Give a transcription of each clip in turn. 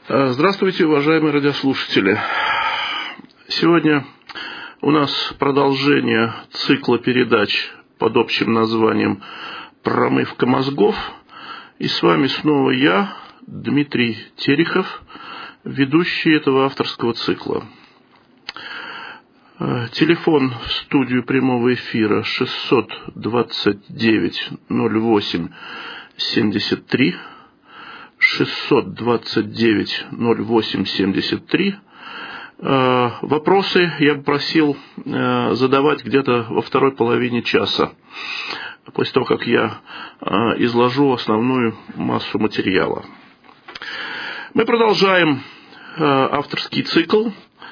Здравствуйте, уважаемые радиослушатели. Сегодня у нас продолжение цикла передач под общим названием «Промывка мозгов». И с вами снова я, Дмитрий Терехов, ведущий этого авторского цикла. Телефон в студию прямого эфира 629-08-73, 629-08-73. Вопросы я бы просил задавать где-то во второй половине часа, после того, как я изложу основную массу материала. Мы продолжаем авторский цикл,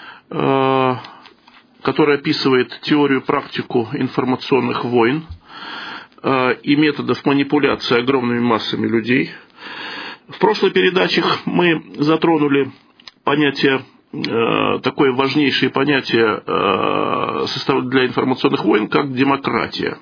который описывает теорию, практику информационных войн и методов манипуляции огромными массами людей. В прошлых передачах мы затронули понятие, такое важнейшее понятие для информационных войн, как демократия.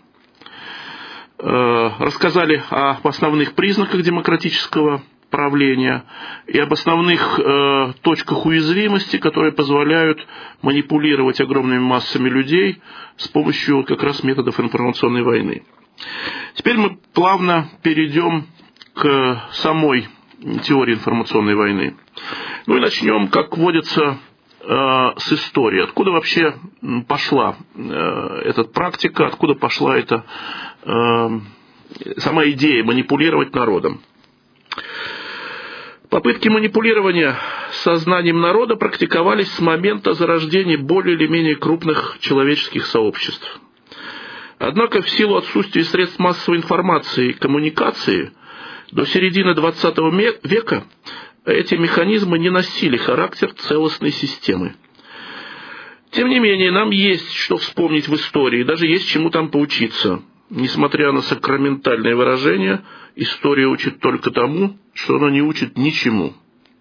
Рассказали об основных признаках демократического правления и об основных точках уязвимости, которые позволяют манипулировать огромными массами людей с помощью как раз методов информационной войны. Теперь мы плавно перейдем к самой теории информационной войны. Ну и начнем, как водится, с истории. Откуда вообще пошла эта практика, откуда пошла эта сама идея манипулировать народом. Попытки манипулирования сознанием народа практиковались с момента зарождения более или менее крупных человеческих сообществ. Однако в силу отсутствия средств массовой информации и коммуникации до середины XX века эти механизмы не носили характер целостной системы. Тем не менее, нам есть что вспомнить в истории, даже есть чему там поучиться. Несмотря на сакраментальное выражение, история учит только тому, что она не учит ничему.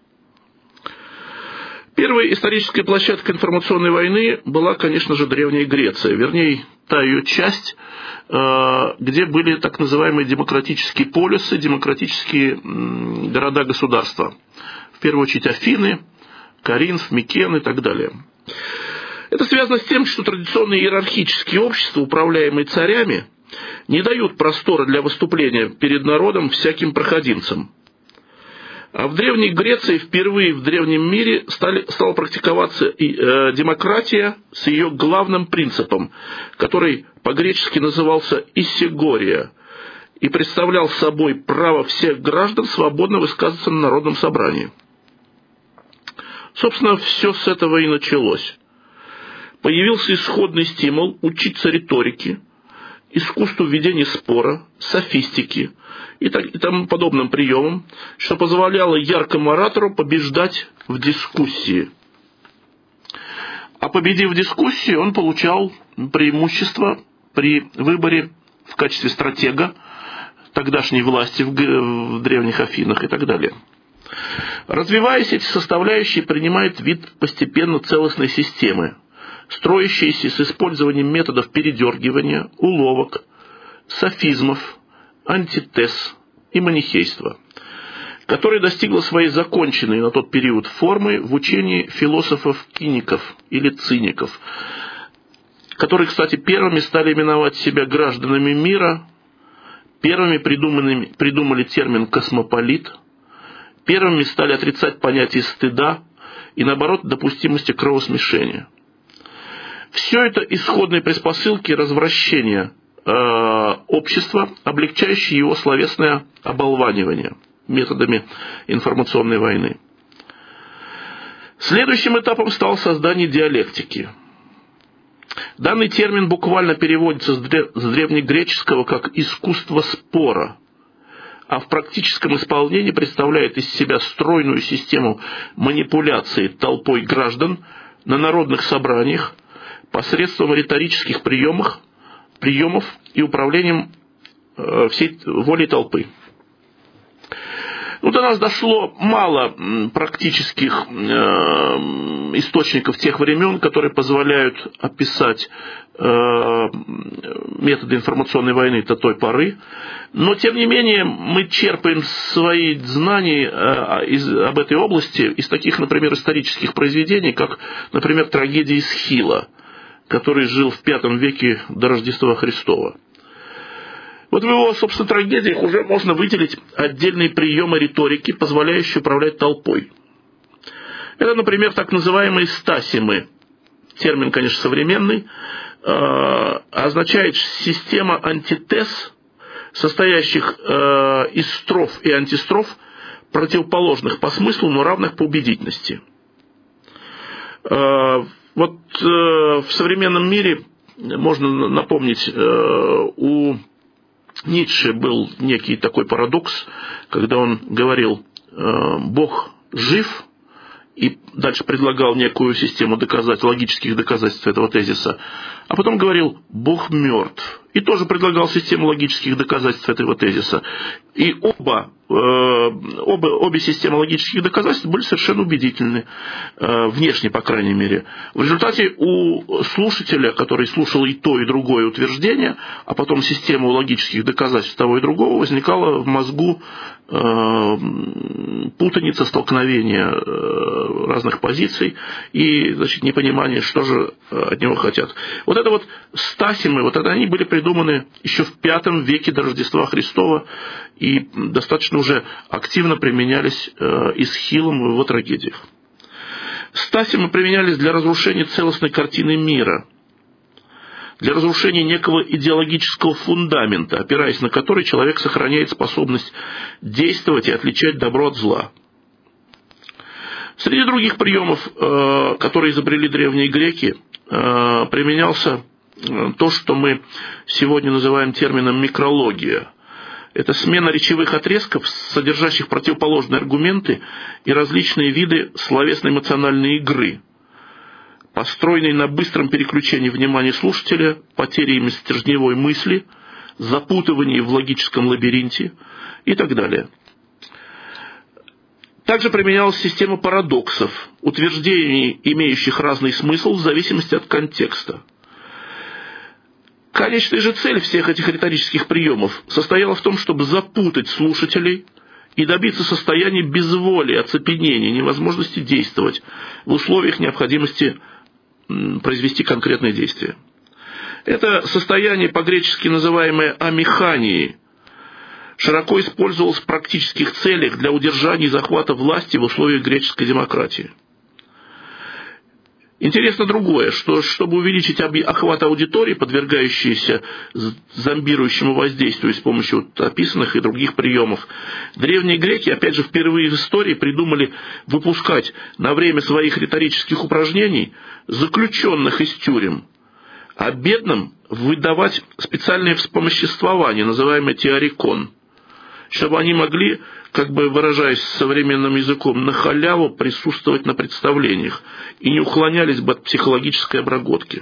Первой исторической площадкой информационной войны была, конечно же, Древняя Греция, вернее, та ее часть, где были так называемые демократические полисы, демократические города-государства. В первую очередь Афины, Коринф, Микен и так далее. Это связано с тем, что традиционные иерархические общества, управляемые царями, не дают простора для выступления перед народом всяким проходимцам. А в Древней Греции впервые в древнем мире стала практиковаться демократия с ее главным принципом, который по-гречески назывался «исегория», и представлял собой право всех граждан свободно высказываться на народном собрании. Собственно, все с этого и началось. Появился исходный стимул учиться риторике, искусству ведения спора, софистики и тому подобным приемам, что позволяло яркому оратору побеждать в дискуссии. А победив в дискуссии, он получал преимущество при выборе в качестве стратега тогдашней власти в древних Афинах и так далее. Развиваясь, эти составляющие принимают вид постепенно целостной системы, строящиеся с использованием методов передергивания, уловок, софизмов, антитез и манихейства, которое достигло своей законченной на тот период формы в учении философов-киников или циников, которые, кстати, первыми стали именовать себя гражданами мира, первыми придумали термин «космополит», первыми стали отрицать понятие стыда и, наоборот, допустимости кровосмешения. Все это исходные предпосылки развращения общества, облегчающие его словесное оболванивание методами информационной войны. Следующим этапом стало создание диалектики. Данный термин буквально переводится с древнегреческого как «искусство спора», а в практическом исполнении представляет из себя стройную систему манипуляции толпой граждан на народных собраниях посредством риторических приемов и управлением всей волей толпы. Ну, до нас дошло мало практических источников тех времен, которые позволяют описать методы информационной войны до той поры. Но, тем не менее, мы черпаем свои знания об этой области из таких, например, исторических произведений, как, например, трагедия Эсхила, который жил в V веке до Рождества Христова. Вот в его, собственно, трагедиях уже можно выделить отдельные приемы риторики, позволяющие управлять толпой. Это, например, так называемые стасимы. Термин, конечно, современный. Означает система антитез, состоящих из строф и антистроф, противоположных по смыслу, но равных по убедительности. Вот в современном мире, можно напомнить, у Ницше был некий такой парадокс, когда он говорил: «Бог жив», и дальше предлагал некую систему логических доказательств этого тезиса, а потом говорил: «Бог мертв», и тоже предлагал систему логических доказательств этого тезиса. И обе системы логических доказательств были совершенно убедительны, внешне, по крайней мере. В результате у слушателя, который слушал и то, и другое утверждение, а потом система логических доказательств того и другого, возникала в мозгу путаница, столкновение разных позиций и, значит, непонимание, что же от него хотят. Вот это вот стасимы, вот это они были придуманы еще в V веке до Рождества Христова и достаточно уже активно применялись Эсхилом в его трагедиях. Стасимы применялись для разрушения целостной картины мира, для разрушения некого идеологического фундамента, опираясь на который человек сохраняет способность действовать и отличать добро от зла. Среди других приемов, которые изобрели древние греки, применялся то, что мы сегодня называем термином микрология. Это смена речевых отрезков, содержащих противоположные аргументы и различные виды словесно-эмоциональной игры, построенной на быстром переключении внимания слушателя, потере им стержневой мысли, запутывании в логическом лабиринте и так далее. Также применялась система парадоксов, утверждений, имеющих разный смысл в зависимости от контекста. Конечная же цель всех этих риторических приемов состояла в том, чтобы запутать слушателей и добиться состояния безволия, оцепенения, невозможности действовать в условиях необходимости произвести конкретное действие. Это состояние, по-гречески называемое амиханией, широко использовалось в практических целях для удержания и захвата власти в условиях греческой демократии. Интересно другое, что чтобы увеличить охват аудитории, подвергающейся зомбирующему воздействию с помощью описанных и других приемов, древние греки, опять же, впервые в истории придумали выпускать на время своих риторических упражнений заключенных из тюрем, а бедным выдавать специальное вспомоществование, называемое теорикон, чтобы они могли, как бы выражаясь современным языком, на халяву присутствовать на представлениях и не уклонялись бы от психологической обработки.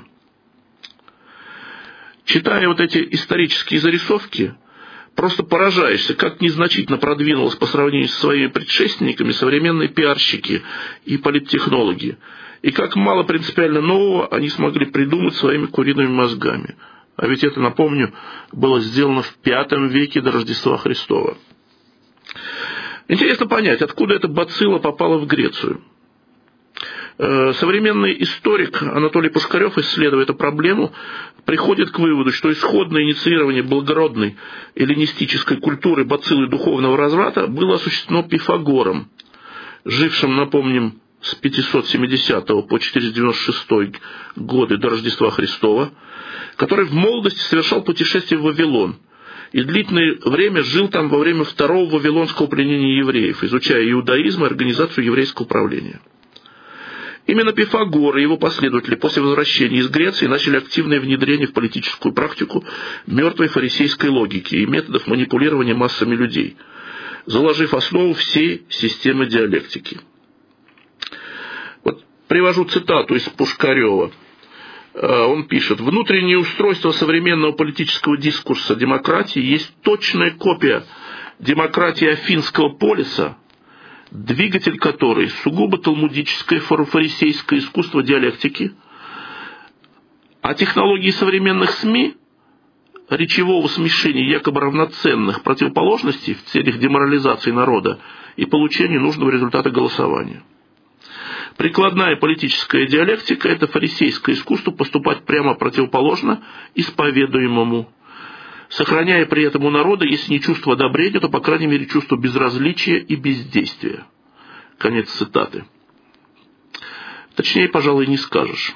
Читая вот эти исторические зарисовки, просто поражаешься, как незначительно продвинулось по сравнению со своими предшественниками современные пиарщики и политтехнологи, и как мало принципиально нового они смогли придумать своими куриными мозгами. А ведь это, напомню, было сделано в V веке до Рождества Христова. Интересно понять, откуда эта бацилла попала в Грецию. Современный историк Анатолий Пушкарев, исследуя эту проблему, приходит к выводу, что исходное инициирование благородной эллинистической культуры бациллы духовного разврата было осуществлено Пифагором, жившим, напомним, с 570 по 496 годы до Рождества Христова, который в молодости совершал путешествие в Вавилон и длительное время жил там во время второго вавилонского пленения евреев, изучая иудаизм и организацию еврейского управления. Именно Пифагор и его последователи после возвращения из Греции начали активное внедрение в политическую практику мертвой фарисейской логики и методов манипулирования массами людей, заложив основу всей системы диалектики. Вот привожу цитату из Пушкарева. Он пишет: «Внутреннее устройство современного политического дискурса демократии есть точная копия демократия Афинского полиса, двигатель которой сугубо талмудическое фарисейское искусство диалектики, а технологии современных СМИ, речевого смешения якобы равноценных противоположностей в целях деморализации народа и получения нужного результата голосования. Прикладная политическая диалектика – это фарисейское искусство поступать прямо противоположно исповедуемому, сохраняя при этом у народа, если не чувство одобрения, то, по крайней мере, чувство безразличия и бездействия. Конец цитаты. Точнее, пожалуй, не скажешь.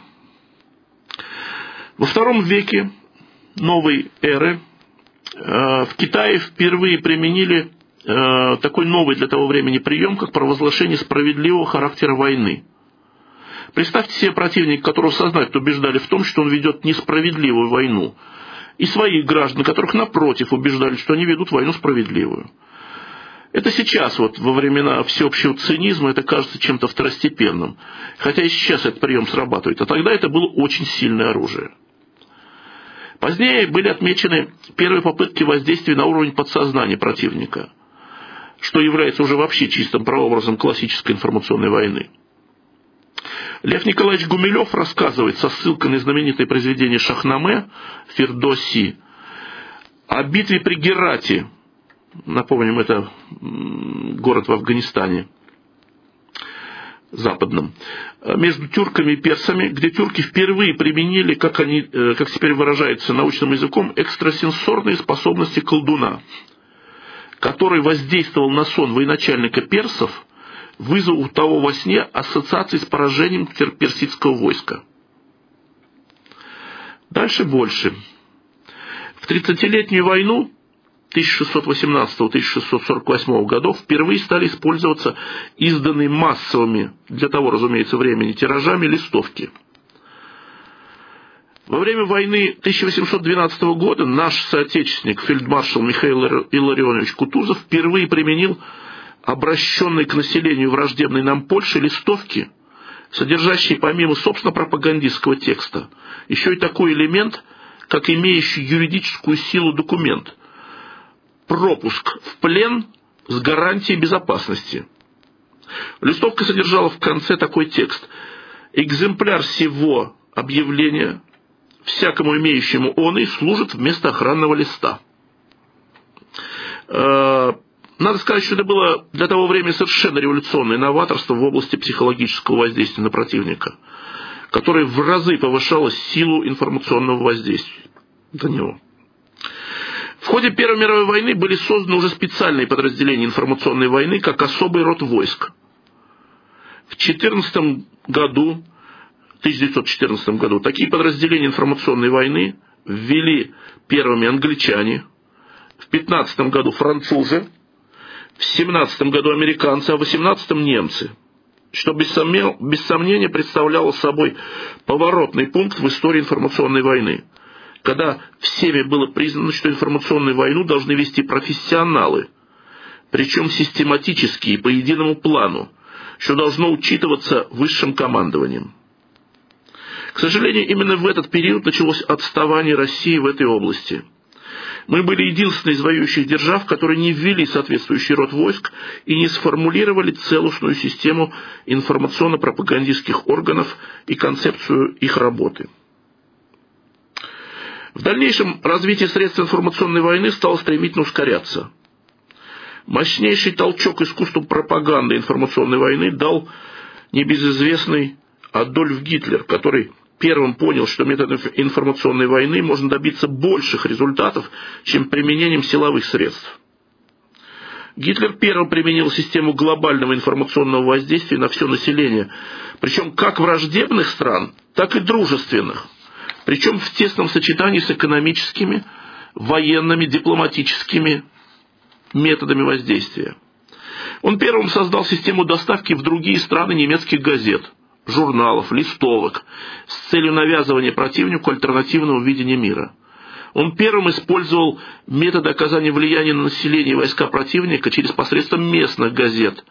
Во II веке новой эры в Китае впервые применили такой новый для того времени прием, как провозглашение справедливого характера войны. Представьте себе противника, которого сознательно убеждали в том, что он ведет несправедливую войну, и своих граждан, которых, напротив, убеждали, что они ведут войну справедливую. Это сейчас, во времена всеобщего цинизма, это кажется чем-то второстепенным. Хотя и сейчас этот прием срабатывает, а тогда это было очень сильное оружие. Позднее были отмечены первые попытки воздействия на уровень подсознания противника, что является уже вообще чистым прообразом классической информационной войны. Лев Николаевич Гумилев рассказывает со ссылкой на знаменитое произведение Шахнаме «Фирдоси» о битве при Герате. Напомним, это город в Афганистане западном, между тюрками и персами, где тюрки впервые применили, как теперь выражается научным языком, экстрасенсорные способности колдуна, который воздействовал на сон военачальника персов, вызвав у того во сне ассоциации с поражением персидского войска. Дальше больше. В 30-летнюю войну 1618-1648 годов впервые стали использоваться изданные массовыми, для того, разумеется, времени, тиражами листовки. Во время войны 1812 года наш соотечественник, фельдмаршал Михаил Илларионович Кутузов, впервые применил обращенные к населению враждебной нам Польши листовки, содержащие помимо, собственно, пропагандистского текста, еще и такой элемент, как имеющий юридическую силу документ – пропуск в плен с гарантией безопасности. Листовка содержала в конце такой текст: «Экземпляр сего объявления всякому имеющему он и служит вместо охранного листа». Надо сказать, что это было для того времени совершенно революционное новаторство в области психологического воздействия на противника, которое в разы повышало силу информационного воздействия на него. В ходе Первой мировой войны были созданы уже специальные подразделения информационной войны как особый род войск. В 1914 году такие подразделения информационной войны ввели первыми англичане, в 15 году французы, в 17 году американцы, а в 18 немцы, что без сомнения представляло собой поворотный пункт в истории информационной войны, когда всеми было признано, что информационную войну должны вести профессионалы, причем систематически и по единому плану, что должно учитываться высшим командованием. К сожалению, именно в этот период началось отставание России в этой области. Мы были единственной из воюющих держав, которые не ввели соответствующий род войск и не сформулировали целостную систему информационно-пропагандистских органов и концепцию их работы. В дальнейшем развитие средств информационной войны стало стремительно ускоряться. Мощнейший толчок искусству пропаганды информационной войны дал небезызвестный Адольф Гитлер, который первым понял, что методом информационной войны можно добиться больших результатов, чем применением силовых средств. Гитлер первым применил систему глобального информационного воздействия на все население, причем как враждебных стран, так и дружественных, причем в тесном сочетании с экономическими, военными, дипломатическими методами воздействия. Он первым создал систему доставки в другие страны немецких газет, журналов, листовок с целью навязывания противнику альтернативного видения мира. Он первым использовал методы оказания влияния на население и войска противника через посредство местных газет,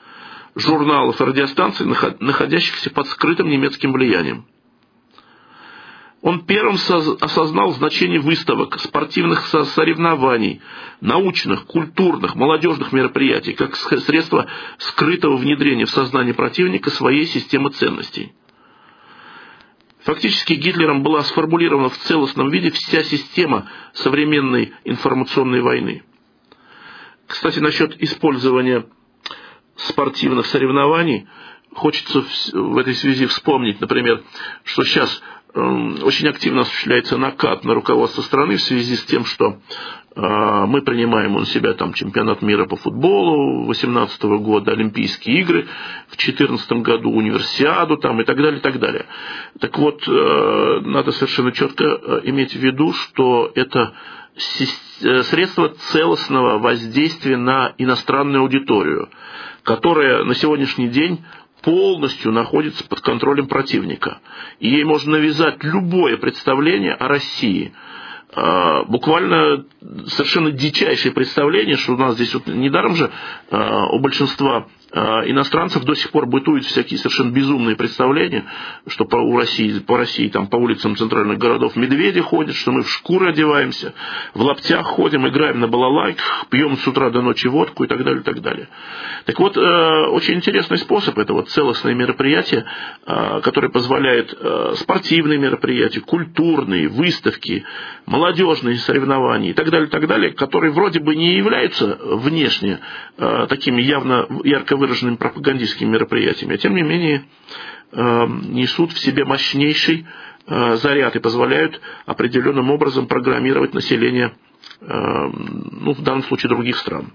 журналов и радиостанций, находящихся под скрытым немецким влиянием. Он первым осознал значение выставок, спортивных соревнований, научных, культурных, молодежных мероприятий, как средство скрытого внедрения в сознание противника своей системы ценностей. Фактически Гитлером была сформулирована в целостном виде вся система современной информационной войны. Кстати, насчет использования спортивных соревнований хочется в этой связи вспомнить, например, что сейчас очень активно осуществляется накат на руководство страны в связи с тем, что мы принимаем на себя там чемпионат мира по футболу 2018 года, Олимпийские игры в 2014 году, универсиаду там, и так далее, и так далее. Так вот, надо совершенно четко иметь в виду, что это средство целостного воздействия на иностранную аудиторию, которая на сегодняшний день полностью находится под контролем противника. И ей можно навязать любое представление о России. Буквально совершенно дичайшее представление, что у нас здесь вот недаром же у большинства иностранцев до сих пор бытуют всякие совершенно безумные представления, что по России там, по улицам центральных городов медведи ходят, что мы в шкуры одеваемся, в лаптях ходим, играем на балалайках, пьем с утра до ночи водку и так далее, и так далее. Так вот, очень интересный способ, это вот целостное мероприятие, которое позволяет спортивные мероприятия, культурные, выставки, молодежные соревнования и так далее, которые вроде бы не являются внешне такими явно ярко выраженными пропагандистскими мероприятиями, а тем не менее несут в себе мощнейший заряд и позволяют определенным образом программировать население, в данном случае других стран.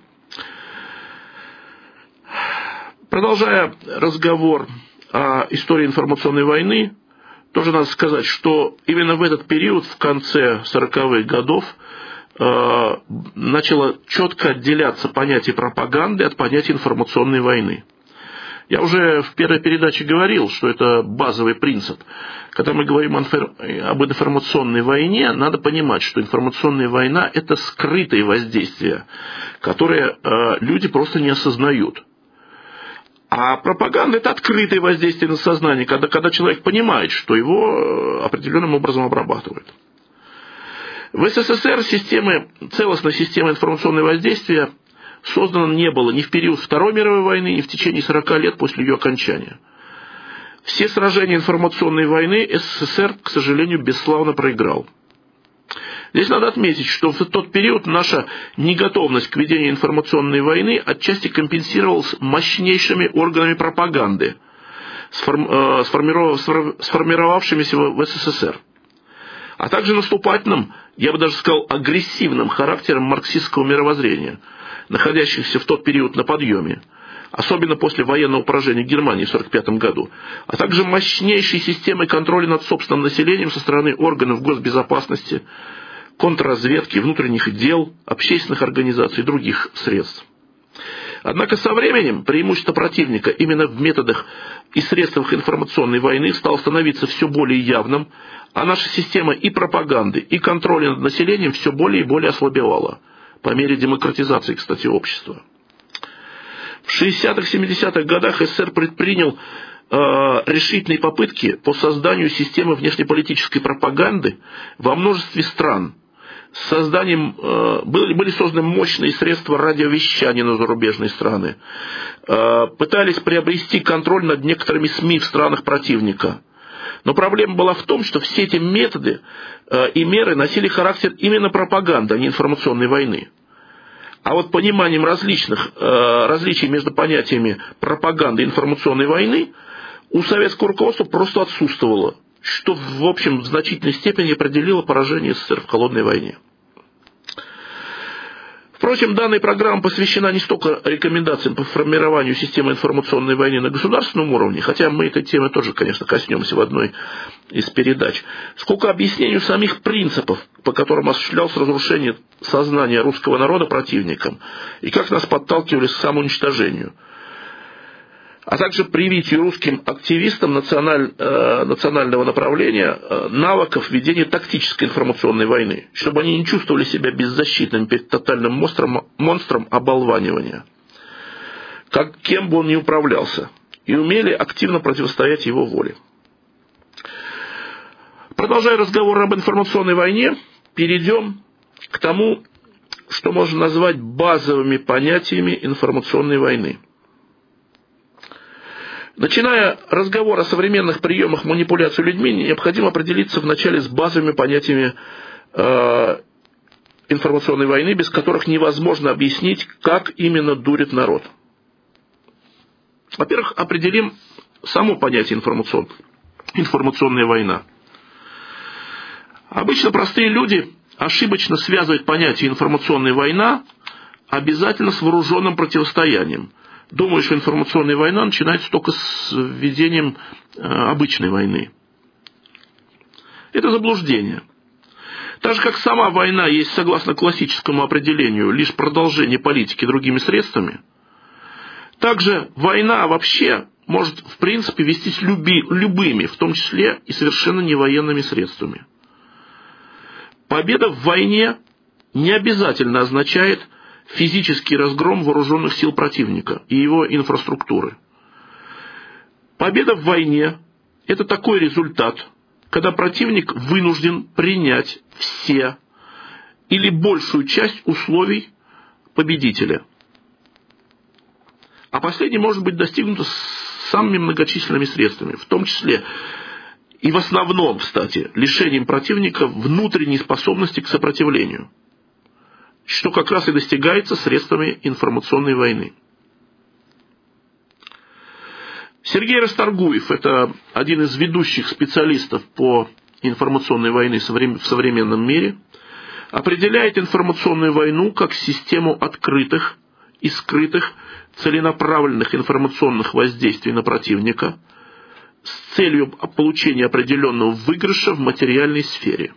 Продолжая разговор о истории информационной войны, тоже надо сказать, что именно в этот период, в конце 40-х годов, начало четко отделяться понятие пропаганды от понятия информационной войны. Я уже в первой передаче говорил, что это базовый принцип. Когда мы говорим об информационной войне, надо понимать, что информационная война – это скрытые воздействия, которые люди просто не осознают. А пропаганда – это открытое воздействие на сознание, когда человек понимает, что его определенным образом обрабатывают. В СССР целостной системы информационного воздействия создано не было ни в период Второй мировой войны, ни в течение 40 лет после ее окончания. Все сражения информационной войны СССР, к сожалению, бесславно проиграл. Здесь надо отметить, что в тот период наша неготовность к ведению информационной войны отчасти компенсировалась мощнейшими органами пропаганды, сформировавшимися в СССР, а также наступательным, я бы даже сказал, агрессивным характером марксистского мировоззрения, находящихся в тот период на подъеме, особенно после военного поражения Германии в 1945 году, а также мощнейшей системой контроля над собственным населением со стороны органов госбезопасности, контрразведки, внутренних дел, общественных организаций и других средств. Однако со временем преимущество противника именно в методах и средствах информационной войны стало становиться все более явным, а наша система и пропаганды, и контроля над населением все более и более ослабевала, по мере демократизации, кстати, общества. В 60-70-х годах СССР предпринял решительные попытки по созданию системы внешнеполитической пропаганды во множестве стран. Были созданы мощные средства радиовещания на зарубежные страны. Пытались приобрести контроль над некоторыми СМИ в странах противника. Но проблема была в том, что все эти методы и меры носили характер именно пропаганды, а не информационной войны. А вот пониманием различий между понятиями пропаганды и информационной войны у советского руководства просто отсутствовало, что, в общем, в значительной степени определило поражение СССР в холодной войне. Впрочем, данная программа посвящена не столько рекомендациям по формированию системы информационной войны на государственном уровне, хотя мы этой темы тоже, конечно, коснемся в одной из передач, сколько объяснению самих принципов, по которым осуществлялось разрушение сознания русского народа противником, и как нас подталкивали к самоуничтожению, а также привитию русским активистам национального направления навыков ведения тактической информационной войны, чтобы они не чувствовали себя беззащитными перед тотальным монстром оболванивания, кем бы он ни управлялся, и умели активно противостоять его воле. Продолжая разговор об информационной войне, перейдем к тому, что можно назвать базовыми понятиями информационной войны. Начиная разговор о современных приемах манипуляции людьми, необходимо определиться вначале с базовыми понятиями информационной войны, без которых невозможно объяснить, как именно дурит народ. Во-первых, определим само понятие информационная война. Обычно простые люди ошибочно связывают понятие информационная война обязательно с вооруженным противостоянием. Думаю, что информационная война начинается только с введением обычной войны. Это заблуждение. Так же, как сама война есть, согласно классическому определению, лишь продолжение политики другими средствами, также война вообще может, в принципе, вестись любыми, в том числе и совершенно не военными средствами. Победа в войне не обязательно означает физический разгром вооруженных сил противника и его инфраструктуры. Победа в войне – это такой результат, когда противник вынужден принять все или большую часть условий победителя. А последний может быть достигнут самыми многочисленными средствами, в том числе и в основном, кстати, лишением противника внутренней способности к сопротивлению, что как раз и достигается средствами информационной войны. Сергей Расторгуев, это один из ведущих специалистов по информационной войне в современном мире, определяет информационную войну как систему открытых и скрытых целенаправленных информационных воздействий на противника с целью получения определенного выигрыша в материальной сфере.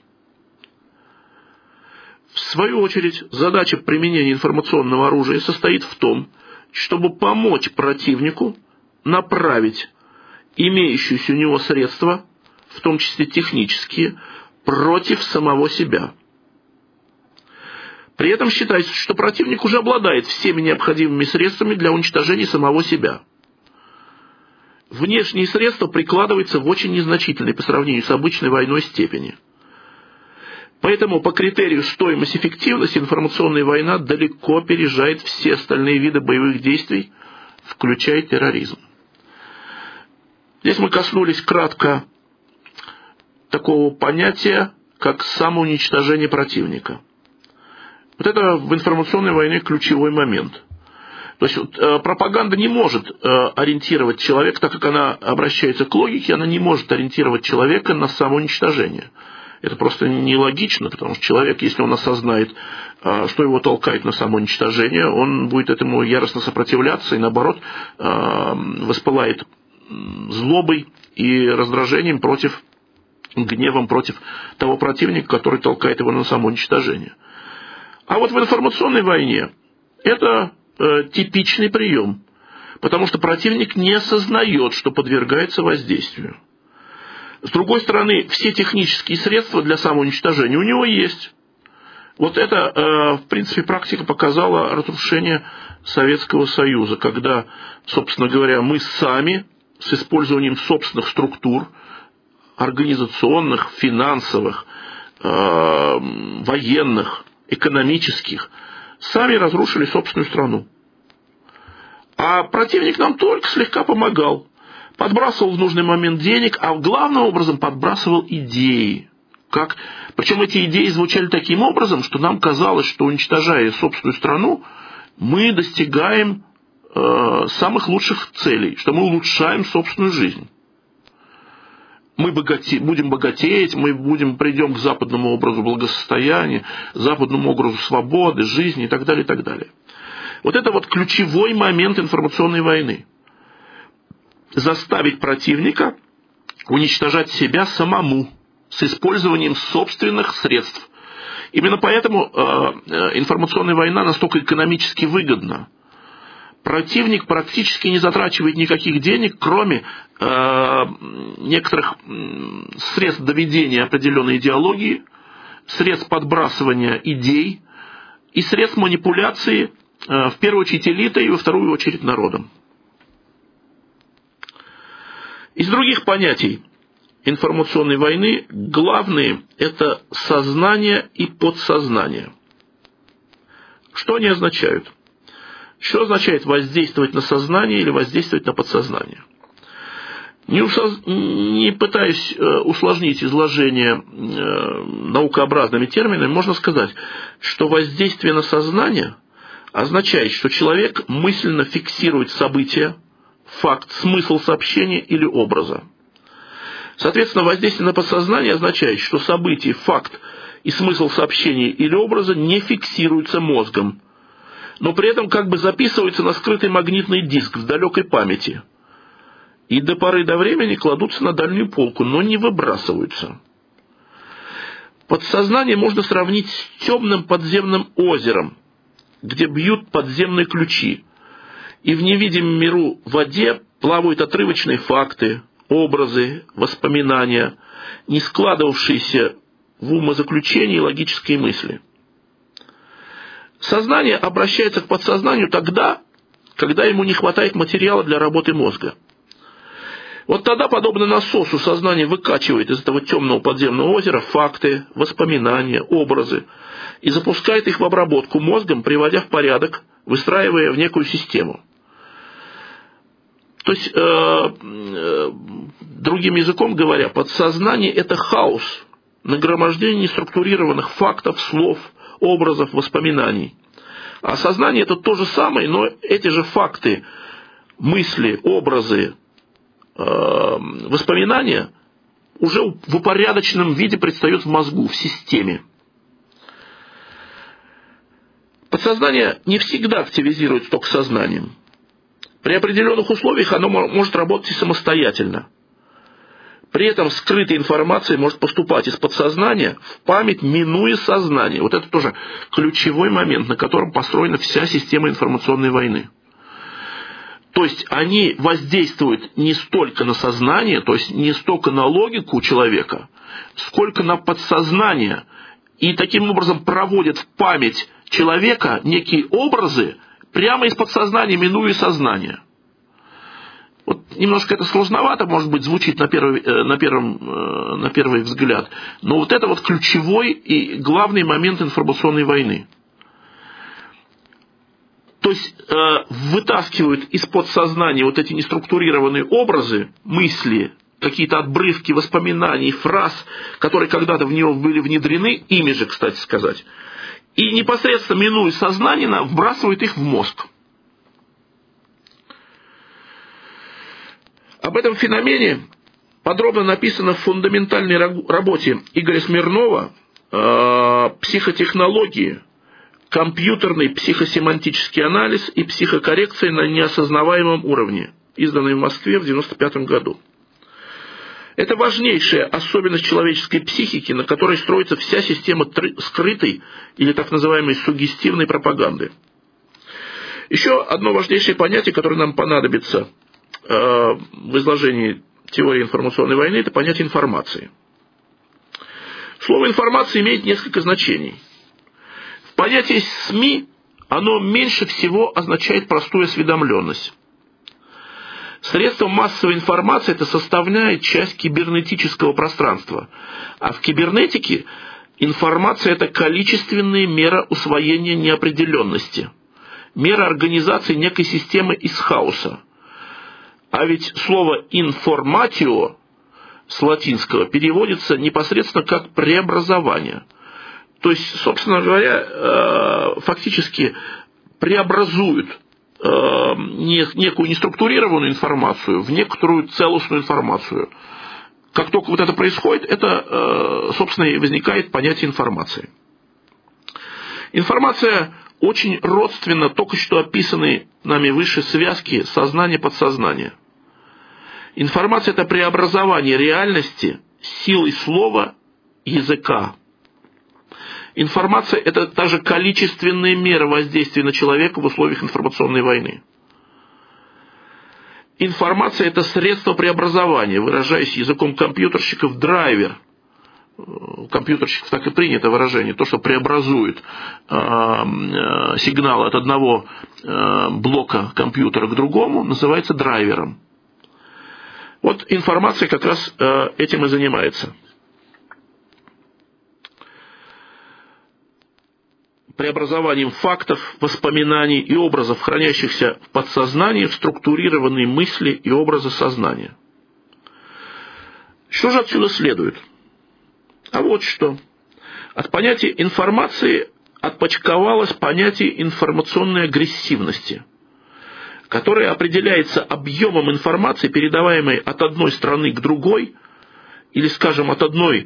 В свою очередь, задача применения информационного оружия состоит в том, чтобы помочь противнику направить имеющиеся у него средства, в том числе технические, против самого себя. При этом считается, что противник уже обладает всеми необходимыми средствами для уничтожения самого себя. Внешние средства прикладываются в очень незначительной по сравнению с обычной войной степени. Поэтому по критерию стоимость-эффективность информационная война далеко опережает все остальные виды боевых действий, включая терроризм. Здесь мы коснулись кратко такого понятия, как самоуничтожение противника. Вот это в информационной войне ключевой момент. То есть пропаганда не может ориентировать человека, так как она обращается к логике, она не может ориентировать человека на самоуничтожение. Это просто нелогично, потому что человек, если он осознает, что его толкает на самоуничтожение, он будет этому яростно сопротивляться и, наоборот, воспылает злобой и раздражением гневом против того противника, который толкает его на самоуничтожение. А вот в информационной войне это типичный прием, потому что противник не осознает, что подвергается воздействию. С другой стороны, все технические средства для самоуничтожения у него есть. Вот это, в принципе, практика показала разрушение Советского Союза, когда, собственно говоря, мы сами с использованием собственных структур, организационных, финансовых, военных, экономических, сами разрушили собственную страну. А противник нам только слегка помогал. Подбрасывал в нужный момент денег, а главным образом подбрасывал идеи. Причем эти идеи звучали таким образом, что нам казалось, что, уничтожая собственную страну, мы достигаем самых лучших целей, что мы улучшаем собственную жизнь. Мы будем богатеть, придем к западному образу благосостояния, западному образу свободы, жизни и так далее, и так далее. Вот это вот ключевой момент информационной войны. Заставить противника уничтожать себя самому с использованием собственных средств. Именно поэтому информационная война настолько экономически выгодна. Противник практически не затрачивает никаких денег, кроме некоторых средств доведения определенной идеологии, средств подбрасывания идей и средств манипуляции, в первую очередь элитой и во вторую очередь народом. Из других понятий информационной войны главные – это сознание и подсознание. Что они означают? Что означает воздействовать на сознание или воздействовать на подсознание? Не пытаясь усложнить изложение наукообразными терминами, можно сказать, что воздействие на сознание означает, что человек мысленно фиксирует события, факт, смысл сообщения или образа. Соответственно, воздействие на подсознание означает, что событие, факт и смысл сообщения или образа не фиксируются мозгом, но при этом как бы записываются на скрытый магнитный диск в далекой памяти и до поры до времени кладутся на дальнюю полку, но не выбрасываются. Подсознание можно сравнить с темным подземным озером, где бьют подземные ключи, и в невидимом миру в воде плавают отрывочные факты, образы, воспоминания, не складывавшиеся в умозаключения и логические мысли. Сознание обращается к подсознанию тогда, когда ему не хватает материала для работы мозга. Вот тогда, подобно насосу, сознание выкачивает из этого темного подземного озера факты, воспоминания, образы и запускает их в обработку мозгом, приводя в порядок, выстраивая в некую систему. То есть, другим языком говоря, подсознание – это хаос, нагромождение неструктурированных фактов, слов, образов, воспоминаний. А сознание – это то же самое, но эти же факты, мысли, образы, воспоминания уже в упорядоченном виде предстают в мозгу, в системе. Подсознание не всегда активизируется только сознанием. При определенных условиях оно может работать и самостоятельно. При этом скрытая информация может поступать из подсознания в память, минуя сознание. Вот это тоже ключевой момент, на котором построена вся система информационной войны. То есть они воздействуют не столько на сознание, то есть не столько на логику человека, сколько на подсознание. И таким образом проводят в память человека некие образы прямо из подсознания, минуя сознание. Вот немножко это сложновато, может быть, звучит на первый взгляд, но вот это вот ключевой и главный момент информационной войны. То есть вытаскивают из подсознания вот эти неструктурированные образы, мысли, какие-то отбрывки воспоминаний, фраз, которые когда-то в него были внедрены, ими же, кстати сказать, и непосредственно, минуя сознание, вбрасывают их в мозг. Об этом феномене подробно написано в фундаментальной работе Игоря Смирнова «Психотехнологии. Компьютерный психосемантический анализ и психокоррекция на неосознаваемом уровне», изданной в Москве в 1995 году. Это важнейшая особенность человеческой психики, на которой строится вся система скрытой или так называемой суггестивной пропаганды. Еще одно важнейшее понятие, которое нам понадобится в изложении теории информационной войны, это понятие информации. Слово «информация» имеет несколько значений. В понятии СМИ оно меньше всего означает простую осведомленность. Средство массовой информации – это составная часть кибернетического пространства, а в кибернетике информация – это количественная мера усвоения неопределенности, мера организации некой системы из хаоса. А ведь слово «информатио» с латинского переводится непосредственно как «преобразование». То есть, собственно говоря, фактически преобразуют некую неструктурированную информацию в некоторую целостную информацию. Как только вот это происходит, это, собственно, и возникает понятие информации. Информация очень родственна только что описанной нами выше связке сознание-подсознание. Информация – это преобразование реальности силой слова, языка. Информация – это также количественная мера воздействия на человека в условиях информационной войны. Информация – это средство преобразования, выражаясь языком компьютерщиков, драйвер. У компьютерщиков так и принято выражение. То, что преобразует сигнал от одного блока компьютера к другому, называется драйвером. Вот информация как раз этим и занимается. Преобразованием фактов, воспоминаний и образов, хранящихся в подсознании, в структурированные мысли и образы сознания. Что же отсюда следует? А вот что. От понятия информации отпочковалось понятие информационной агрессивности, которое определяется объемом информации, передаваемой от одной страны к другой, или, скажем, от одного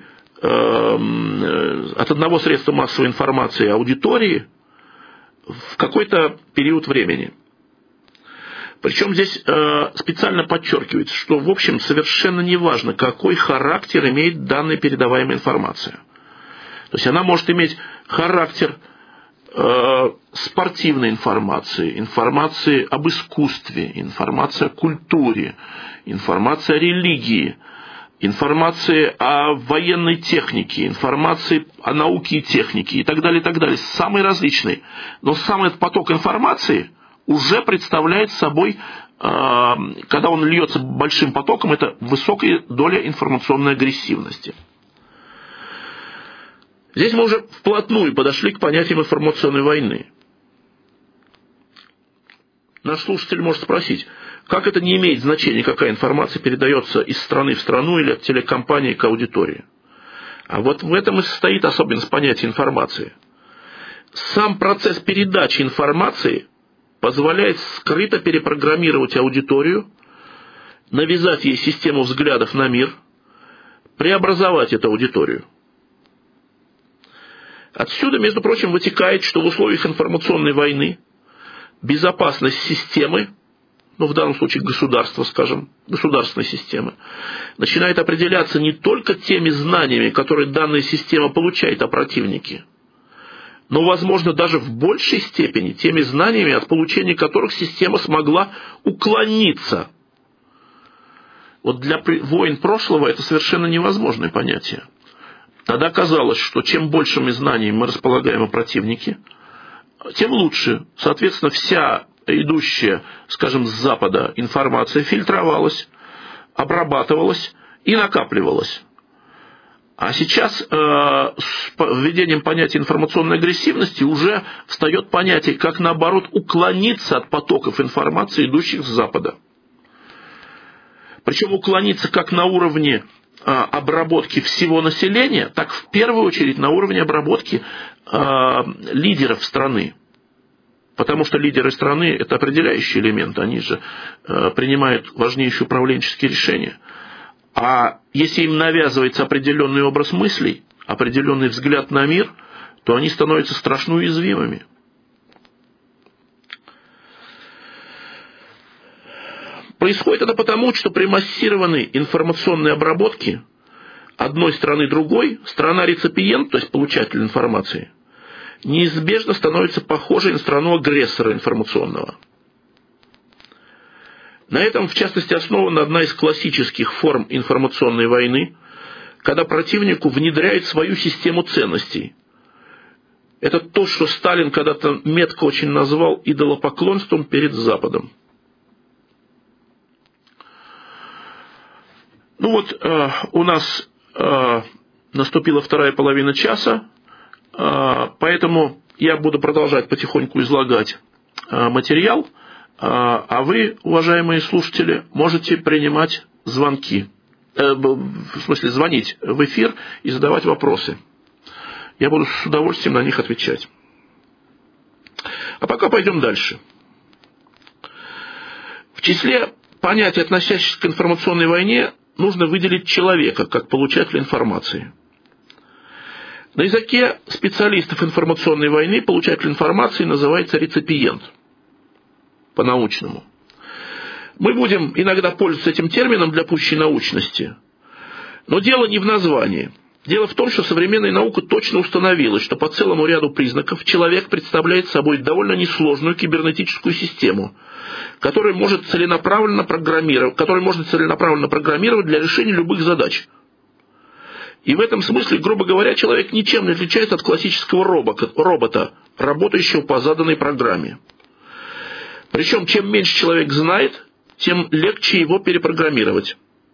средства массовой информации аудитории в какой-то период времени. Причем здесь специально подчеркивается, что, в общем, совершенно не важно, какой характер имеет данная передаваемая информация. То есть она может иметь характер спортивной информации, информации об искусстве, информации о культуре, информации о религии, информации о военной технике, информации о науке и технике и так далее, самый различный. Но сам этот поток информации уже представляет собой, когда он льется большим потоком, это высокая доля информационной агрессивности. Здесь мы уже вплотную подошли к понятиям информационной войны. Наш слушатель может спросить, как это не имеет значения, какая информация передается из страны в страну или от телекомпании к аудитории. А вот в этом и состоит особенность понятия информации. Сам процесс передачи информации позволяет скрыто перепрограммировать аудиторию, навязать ей систему взглядов на мир, преобразовать эту аудиторию. Отсюда, между прочим, вытекает, что в условиях информационной войны безопасность системы, в данном случае государства, скажем, государственной системы, начинает определяться не только теми знаниями, которые данная система получает о противнике, но, возможно, даже в большей степени теми знаниями, от получения которых система смогла уклониться. Вот для войн прошлого это совершенно невозможное понятие. Тогда казалось, что чем большими знаниями мы располагаем о противнике, тем лучше. Соответственно, вся идущая, скажем, с Запада информация фильтровалась, обрабатывалась и накапливалась. А сейчас с введением понятия информационной агрессивности уже встает понятие, как наоборот уклониться от потоков информации, идущих с Запада. Причем уклониться как на уровне обработки всего населения, так в первую очередь на уровне обработки лидеров страны. Потому что лидеры страны – это определяющий элемент, они же принимают важнейшие управленческие решения. А если им навязывается определенный образ мыслей, определенный взгляд на мир, то они становятся страшно уязвимыми. Происходит это потому, что при массированной информационной обработке одной страны другой, страна-реципиент, то есть получатель информации, неизбежно становится похожей на страну агрессора информационного. На этом, в частности, основана одна из классических форм информационной войны, когда противнику внедряет свою систему ценностей. Это то, что Сталин когда-то метко очень назвал идолопоклонством перед Западом. У нас наступила вторая половина часа, поэтому я буду продолжать потихоньку излагать материал, а вы, уважаемые слушатели, можете принимать звонки, звонить в эфир и задавать вопросы. Я буду с удовольствием на них отвечать. А пока пойдем дальше. В числе понятий, относящихся к информационной войне, нужно выделить человека как получателя информации. На языке специалистов информационной войны получатель информации называется реципиент. По-научному. Мы будем иногда пользоваться этим термином для пущей научности. Но дело не в названии. Дело в том, что современная наука точно установила, что по целому ряду признаков человек представляет собой довольно несложную кибернетическую систему, которую можно целенаправленно программировать для решения любых задач. И в этом смысле, грубо говоря, человек ничем не отличается от классического робота, работающего по заданной программе. Причем, чем меньше человек знает, тем легче его перепрограммировать.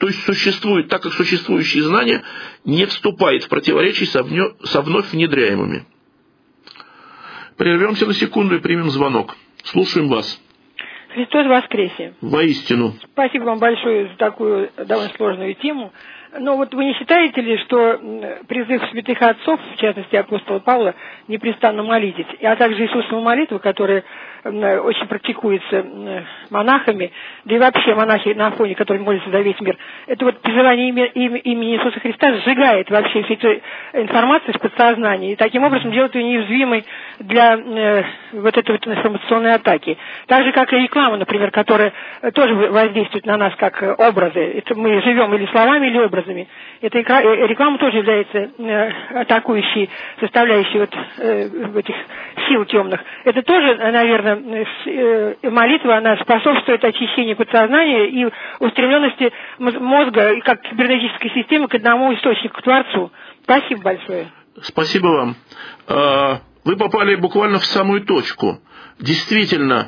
То есть существует, так как существующие знания не вступает в противоречие со вновь внедряемыми. Прервемся на секунду и примем звонок. Слушаем вас. Христос воскресе. Воистину. Спасибо вам большое за такую довольно сложную тему. Но вот вы не считаете ли, что призыв святых отцов, в частности апостола Павла, непрестанно молитесь, а также Иисусова молитва, которая очень практикуется монахами, да и вообще монахи на Афоне, которые молятся за весь мир, это вот призывание имени Иисуса Христа сжигает вообще всю эту информацию из подсознания и таким образом делает ее неуязвимой для вот этой вот информационной атаки. Так же, как и реклама, например, которая тоже воздействует на нас как образы. Это мы живем или словами, или образами. Эта реклама тоже является атакующей составляющей вот этих сил темных. Это тоже, наверное, молитва, она способствует очищению подсознания и устремленности мозга, как кибернетической системы, к одному источнику, к Творцу. Спасибо большое. Спасибо вам. Вы попали буквально в самую точку. Действительно,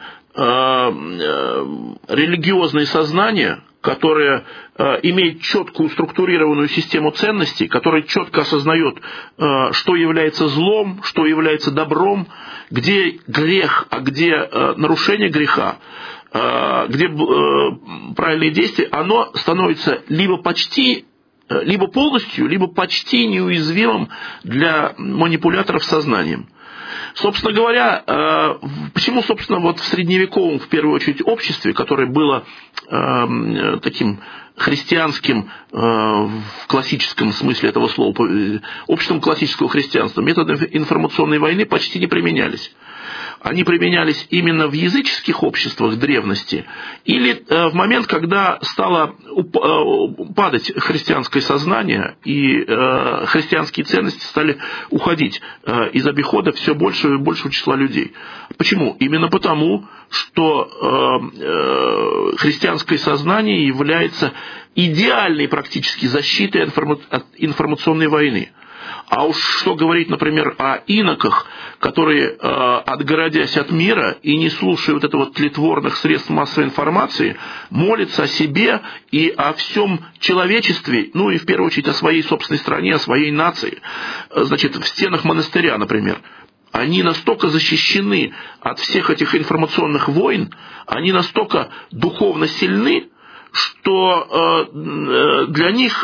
религиозное сознание, которое имеет четкую структурированную систему ценностей, которое четко осознает, что является злом, что является добром, где грех, а где нарушение греха, где правильные действия, оно становится либо полностью, либо почти неуязвимым для манипуляторов сознанием. Собственно говоря, почему, собственно, вот в средневековом, в первую очередь, обществе, которое было таким христианским в классическом смысле этого слова, обществом классического христианства, методы информационной войны почти не применялись. Они применялись именно в языческих обществах древности или в момент, когда стало падать христианское сознание и христианские ценности стали уходить из обихода все большего и большего числа людей. Почему? Именно потому, что христианское сознание является идеальной практически защитой от информационной войны. А уж что говорить, например, о иноках, которые, отгородясь от мира и не слушая вот этого тлетворных средств массовой информации, молятся о себе и о всем человечестве, ну и в первую очередь о своей собственной стране, о своей нации. Значит, в стенах монастыря, например. Они настолько защищены от всех этих информационных войн, они настолько духовно сильны, что для них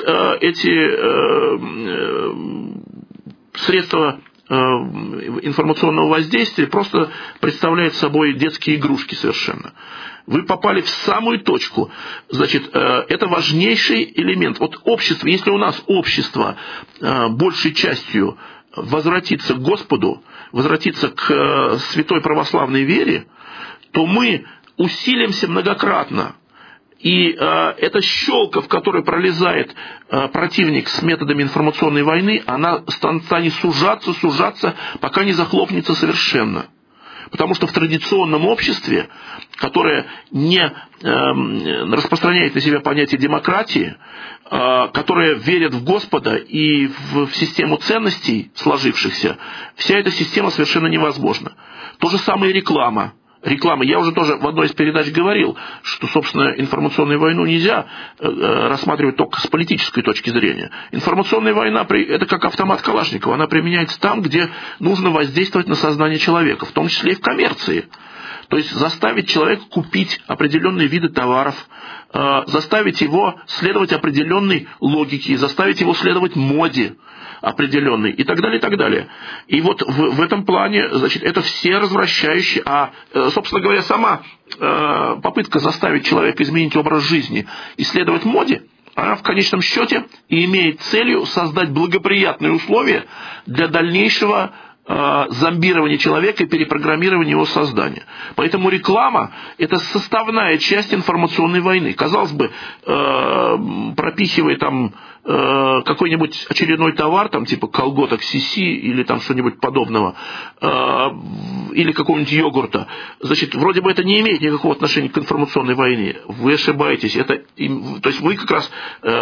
эти средства информационного воздействия просто представляют собой детские игрушки совершенно. Вы попали в самую точку. Значит, это важнейший элемент. Вот общество, если у нас общество большей частью возвратится к Господу, возвратится к святой православной вере, то мы усилимся многократно. И эта щелка, в которой пролезает противник с методами информационной войны, она станет сужаться, пока не захлопнется совершенно. Потому что в традиционном обществе, которое не распространяет на себя понятие демократии, которое верит в Господа и в систему ценностей сложившихся, вся эта система совершенно невозможна. То же самое и реклама. Я уже тоже в одной из передач говорил, что, собственно, информационную войну нельзя рассматривать только с политической точки зрения. Информационная война – это как автомат Калашникова, она применяется там, где нужно воздействовать на сознание человека, в том числе и в коммерции. То есть заставить человека купить определенные виды товаров, заставить его следовать определенной логике, заставить его следовать моде определенной и так далее, и так далее. И вот в этом плане, значит, это все развращающие, собственно говоря, сама попытка заставить человека изменить образ жизни и следовать моде, она в конечном счете и имеет целью создать благоприятные условия для дальнейшего зомбирования человека и перепрограммирования его создания. Поэтому реклама – это составная часть информационной войны. Казалось бы, пропихивая там какой-нибудь очередной товар, там типа колготок CC или там что-нибудь подобного, или какого-нибудь йогурта, значит, вроде бы это не имеет никакого отношения к информационной войне. Вы ошибаетесь. То есть вы как раз,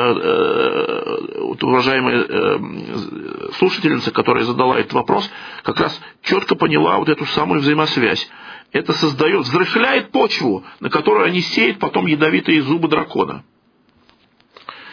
уважаемая слушательница, которая задала этот вопрос, как раз четко поняла вот эту самую взаимосвязь. Это взрыхляет почву, на которую они сеют потом ядовитые зубы дракона.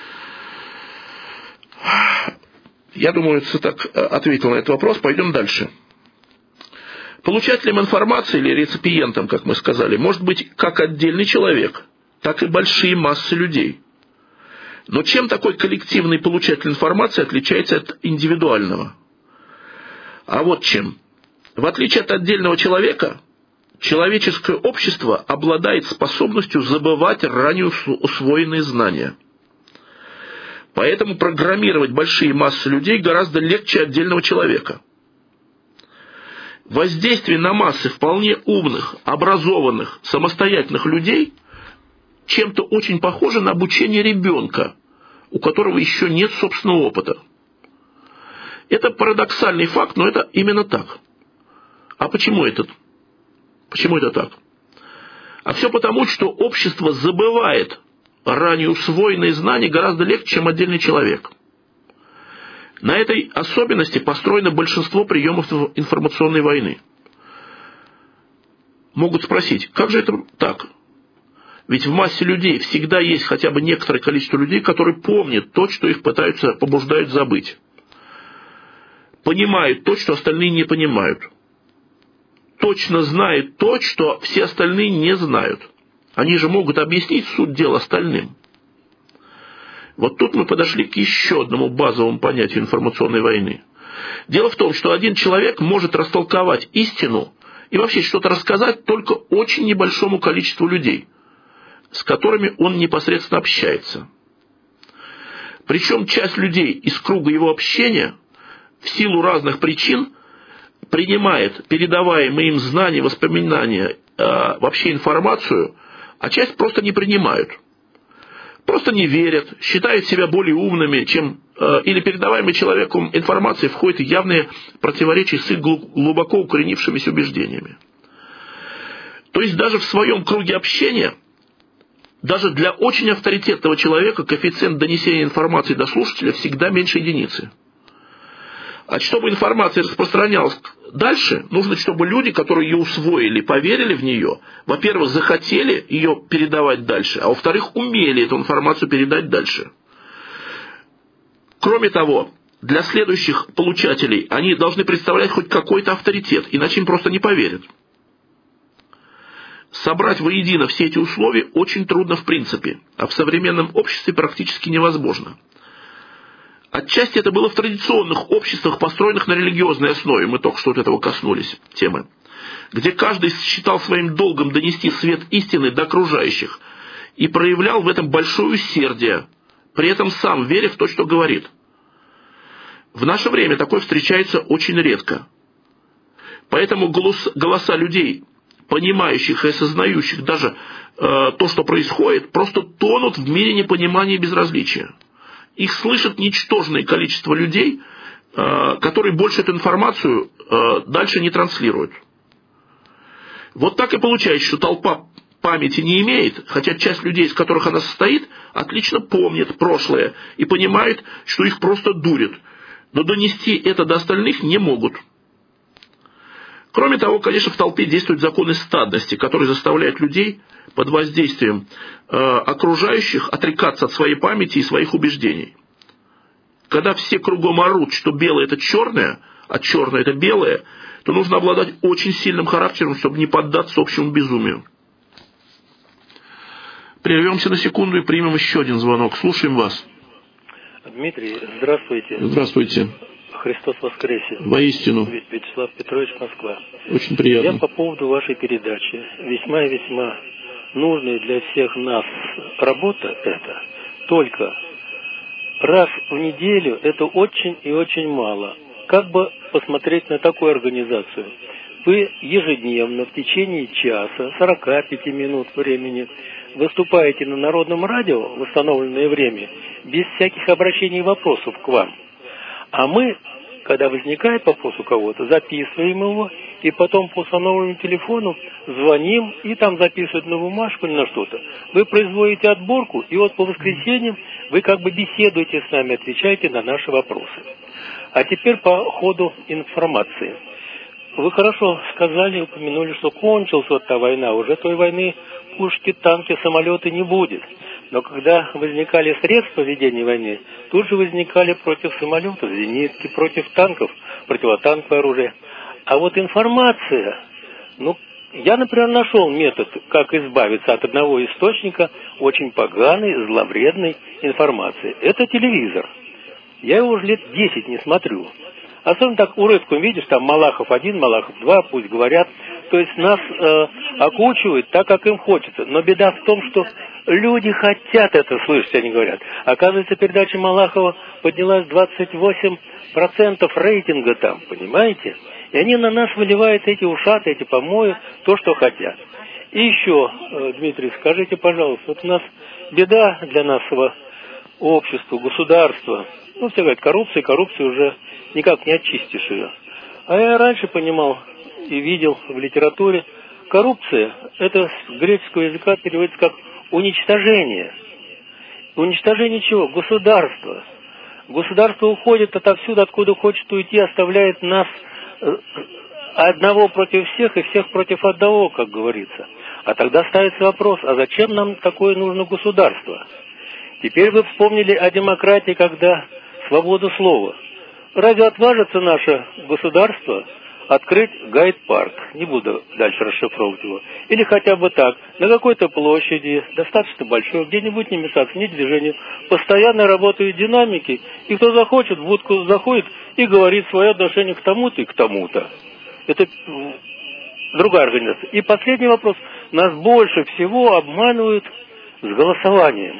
Я думаю, Цитак ответил на этот вопрос. Пойдем дальше. Получателем информации или реципиентом, как мы сказали, может быть как отдельный человек, так и большие массы людей. Но чем такой коллективный получатель информации отличается от индивидуального? А вот чем. В отличие от отдельного человека, человеческое общество обладает способностью забывать ранее усвоенные знания. Поэтому программировать большие массы людей гораздо легче отдельного человека. Воздействие на массы вполне умных, образованных, самостоятельных людей чем-то очень похоже на обучение ребенка, у которого еще нет собственного опыта. Это парадоксальный факт, но это именно так. А почему это так? А все потому, что общество забывает ранее усвоенные знания гораздо легче, чем отдельный человек. На этой особенности построено большинство приемов информационной войны. Могут спросить, как же это так? Ведь в массе людей всегда есть хотя бы некоторое количество людей, которые помнят то, что их побуждают забыть. Понимают то, что остальные не понимают. Точно знают то, что все остальные не знают. Они же могут объяснить суть дела остальным. Вот тут мы подошли к еще одному базовому понятию информационной войны. Дело в том, что один человек может растолковать истину и вообще что-то рассказать только очень небольшому количеству людей, с которыми он непосредственно общается. Причем часть людей из круга его общения в силу разных причин принимает передаваемые им знания, воспоминания, вообще информацию, а часть просто не принимают. Просто не верят, считают себя более умными, чем или передаваемой человеком информации входит в явные противоречия с их глубоко укоренившимися убеждениями. То есть даже в своем круге общения, даже для очень авторитетного человека коэффициент донесения информации до слушателя всегда меньше единицы. А чтобы информация распространялась дальше, нужно, чтобы люди, которые ее усвоили, поверили в нее, во-первых, захотели ее передавать дальше, а во-вторых, умели эту информацию передать дальше. Кроме того, для следующих получателей они должны представлять хоть какой-то авторитет, иначе им просто не поверят. Собрать воедино все эти условия очень трудно в принципе, а в современном обществе практически невозможно. Отчасти это было в традиционных обществах, построенных на религиозной основе, мы только что от этого коснулись темы, где каждый считал своим долгом донести свет истины до окружающих и проявлял в этом большое усердие, при этом сам веря в то, что говорит. В наше время такое встречается очень редко. Поэтому голоса людей, понимающих и осознающих даже то, что происходит, просто тонут в мире непонимания и безразличия. Их слышит ничтожное количество людей, которые больше эту информацию дальше не транслируют. Вот так и получается, что толпа памяти не имеет, хотя часть людей, из которых она состоит, отлично помнит прошлое и понимает, что их просто дурят, но донести это до остальных не могут. Кроме того, конечно, в толпе действуют законы стадности, которые заставляют людей под воздействием окружающих отрекаться от своей памяти и своих убеждений. Когда все кругом орут, что белое – это черное, а черное – это белое, то нужно обладать очень сильным характером, чтобы не поддаться общему безумию. Прервемся на секунду и примем еще один звонок. Слушаем вас. Дмитрий, здравствуйте. Здравствуйте. Христос воскресе. Воистину. Вячеслав Петрович, Москва. Очень приятно. Я по поводу вашей передачи. Весьма и весьма нужная для всех нас работа это. Только раз в неделю это очень и очень мало. Как бы посмотреть на такую организацию? Вы ежедневно в течение часа, 45 минут времени выступаете на Народном радио в установленное время без всяких обращений и вопросов к вам. А мы, когда возникает вопрос у кого-то, записываем его, и потом по установленному телефону звоним, и там записывают на бумажку или на что-то. Вы производите отборку, и вот по воскресеньям вы как бы беседуете с нами, отвечаете на наши вопросы. А теперь по ходу информации. Вы хорошо сказали, упомянули, что кончилась вот та война, уже той войны пушки, танки, самолеты не будет. Но когда возникали средства ведения войны, тут же возникали против самолетов, зенитки, против танков, противотанковое оружие. А вот информация, я, например, нашел метод, как избавиться от одного источника очень поганой, зловредной информации. Это телевизор. Я его уже лет 10 не смотрю. Особенно так урывком видишь, там Малахов 1, Малахов 2, пусть говорят. То есть нас окучивают так, как им хочется. Но беда в том, что люди хотят это слышать, они говорят. Оказывается, передача Малахова поднялась 28% рейтинга там, понимаете? И они на нас выливают эти ушаты, эти помои, то, что хотят. И еще, Дмитрий, скажите, пожалуйста, вот у нас беда для нашего общества, государства. Все говорят, коррупция уже никак не очистишь ее. А я раньше понимал и видел в литературе, коррупция, это с греческого языка переводится как уничтожение. Уничтожение чего? Государства. Государство уходит отовсюду, откуда хочет уйти, оставляет нас одного против всех и всех против одного, как говорится. А тогда ставится вопрос, а зачем нам такое нужно государство? Теперь вы вспомнили о демократии, когда свобода слова. Разве отважится наше государство открыть гайд-парк? Не буду дальше расшифровывать его. Или хотя бы так, на какой-то площади, достаточно большой, где-нибудь не мешаться, ни движению. Постоянно работают динамики, и кто захочет, в будку заходит и говорит свое отношение к тому-то и к тому-то. Это другая организация. И последний вопрос. Нас больше всего обманывают с голосованием.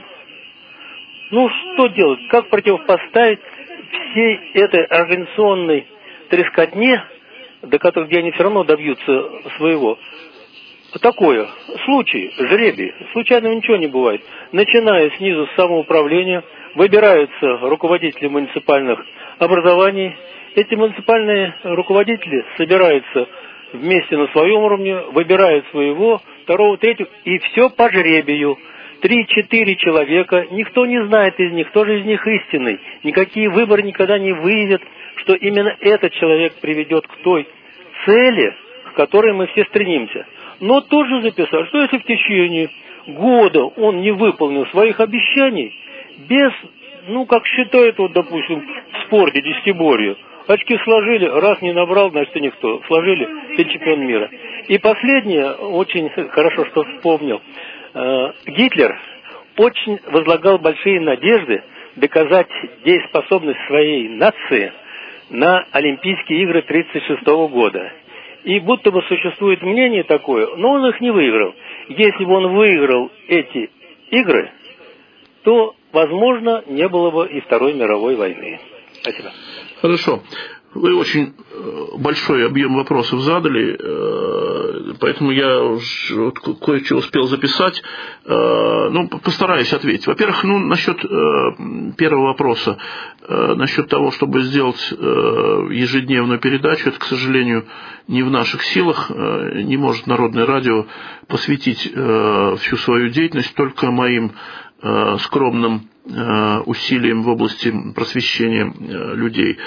Что делать? Как противопоставить всей этой организационной трескотне, где они все равно добьются своего? Такое. Случай, жребий. Случайного ничего не бывает. Начиная снизу, с самоуправления, выбираются руководители муниципальных образований. Эти муниципальные руководители собираются вместе на своем уровне, выбирают своего, второго, третьего, и все по жребию. 3-4 человека, никто не знает из них, кто же из них истинный. Никакие выборы никогда не выявят, что именно этот человек приведет к той цели, к которой мы все стремимся. Но тут же записать, что если в течение года он не выполнил своих обещаний, без, как считают, допустим, в спорте, десятиборье, очки сложили, раз не набрал, значит, и никто. Сложили, ты чемпион мира. И последнее, очень хорошо, что вспомнил. Гитлер очень возлагал большие надежды доказать дееспособность своей нации на Олимпийские игры 1936 года. И будто бы существует мнение такое, но он их не выиграл. Если бы он выиграл эти игры, то, возможно, не было бы и Второй мировой войны. Спасибо. Хорошо. Вы очень большой объем вопросов задали, поэтому я кое-что успел записать. Постараюсь ответить. Во-первых, насчет первого вопроса, насчет того, чтобы сделать ежедневную передачу, это, к сожалению, не в наших силах. Не может Народное радио посвятить всю свою деятельность только моим скромным усилиям в области просвещения людей.